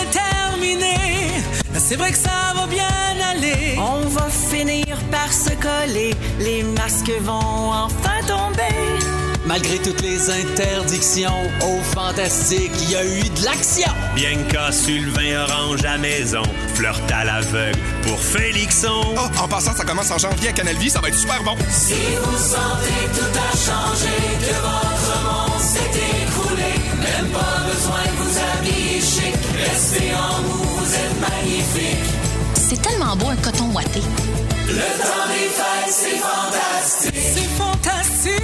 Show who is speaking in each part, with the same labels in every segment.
Speaker 1: est terminée. C'est vrai que ça va bien aller.
Speaker 2: On va finir par se coller. Les masques vont enfin tomber.
Speaker 3: Malgré toutes les interdictions, au Fantastique, il y a eu de l'action.
Speaker 4: Bianca sur le vin orange à maison, flirte à l'aveugle pour Félixon.
Speaker 5: Oh, en passant, ça commence en janvier à Canal Vie, ça va être super bon.
Speaker 1: Si vous sentez que tout a changé, que votre monde s'est écroulé, même pas besoin de vous habiller chic, restez en vous, vous êtes magnifique.
Speaker 6: C'est tellement beau un coton ouaté.
Speaker 1: Le temps des fêtes, c'est fantastique. C'est fantastique.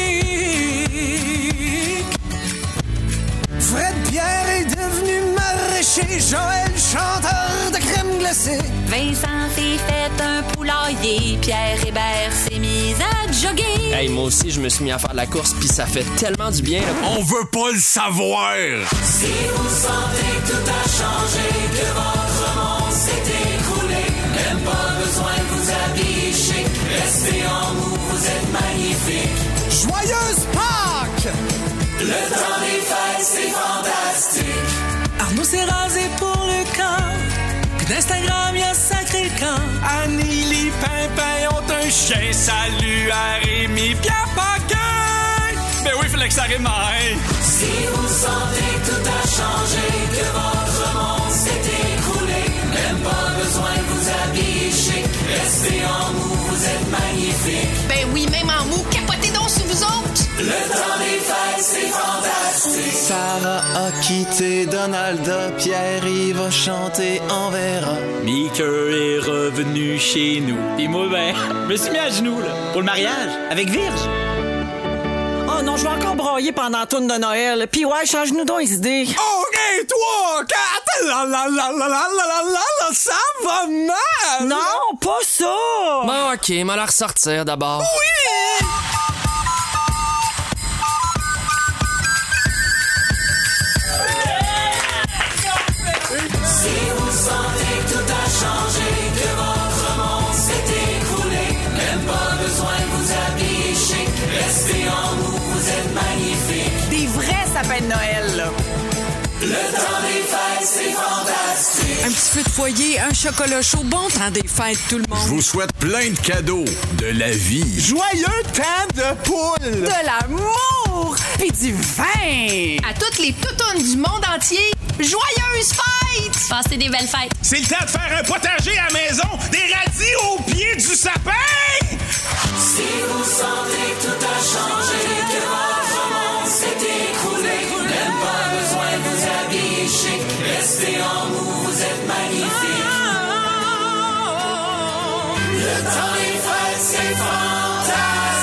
Speaker 7: Fred Pierre est devenu maraîcher, Joël chanteur de crème glacée.
Speaker 6: Vincent s'est fait un poulailler, Pierre Hébert s'est mis à jogger.
Speaker 8: Hey, moi aussi, je me suis mis à faire de la course, puis ça fait tellement du bien. Là.
Speaker 4: On veut pas le savoir!
Speaker 1: Si vous sentez que tout a changé, que votre monde s'est écroulé, même pas besoin de vous habiller chic, restez en vous, vous êtes magnifique.
Speaker 7: Joyeuse Pâques!
Speaker 1: Le temps des fêtes, c'est fantastique. Arnaud s'est rasé pour le camp, puis d'Instagram, il a sacré le camp.
Speaker 4: Annie, les pimpins ont un chien, salut à Rémi Pierre Paquin! Ben oui, fallait que ça rime, hein?
Speaker 1: Si vous sentez que tout a changé, que votre monde s'est écroulé, même pas besoin de vous habiller chic, restez en vous, vous êtes magnifique.
Speaker 6: Ben oui, même en mou, capotez donc sur vous autres.
Speaker 1: Le temps des fêtes, c'est fantastique.
Speaker 3: Sarah a quitté Donalda, Pierre-Yves va chanter en verra.
Speaker 8: Mika est revenu chez nous. Pis moi, ben, je me suis mis à genoux, là, pour le mariage, avec Virge.
Speaker 2: Oh non, je vais encore broyer pendant la tourne de Noël. Puis ouais, change-nous donc les idées.
Speaker 7: OK, 3, 4, la, ça va mal!
Speaker 2: Non, pas ça!
Speaker 8: Bon, OK, m'a la ressortir d'abord.
Speaker 7: Oui!
Speaker 1: Si vous sentez que tout a changé, que votre monde s'est écroulé, même pas besoin de vous habiller chic, restez en vous, vous êtes magnifique.
Speaker 2: Des vrais sapins de Noël, là.
Speaker 1: Le temps des fêtes, c'est fantastique.
Speaker 9: Un petit feu de foyer, un chocolat chaud, bon temps des fêtes, tout le
Speaker 4: Je
Speaker 9: monde.
Speaker 4: vous souhaite plein de cadeaux, de la vie.
Speaker 7: Joyeux temps de poule!
Speaker 2: De l'amour! Puis du vin!
Speaker 6: À toutes les toutounes du monde entier, joyeuses fêtes! Passez des belles fêtes.
Speaker 4: C'est le temps de faire un potager à la maison, des radis au pied du sapin!
Speaker 1: Si vous sentez que tout a changé, que votre monde s'est écroulé, même pas besoin de vous habiller chic, restez en vous, vous êtes magnifique. Le temps des fêtes, c'est fantastique.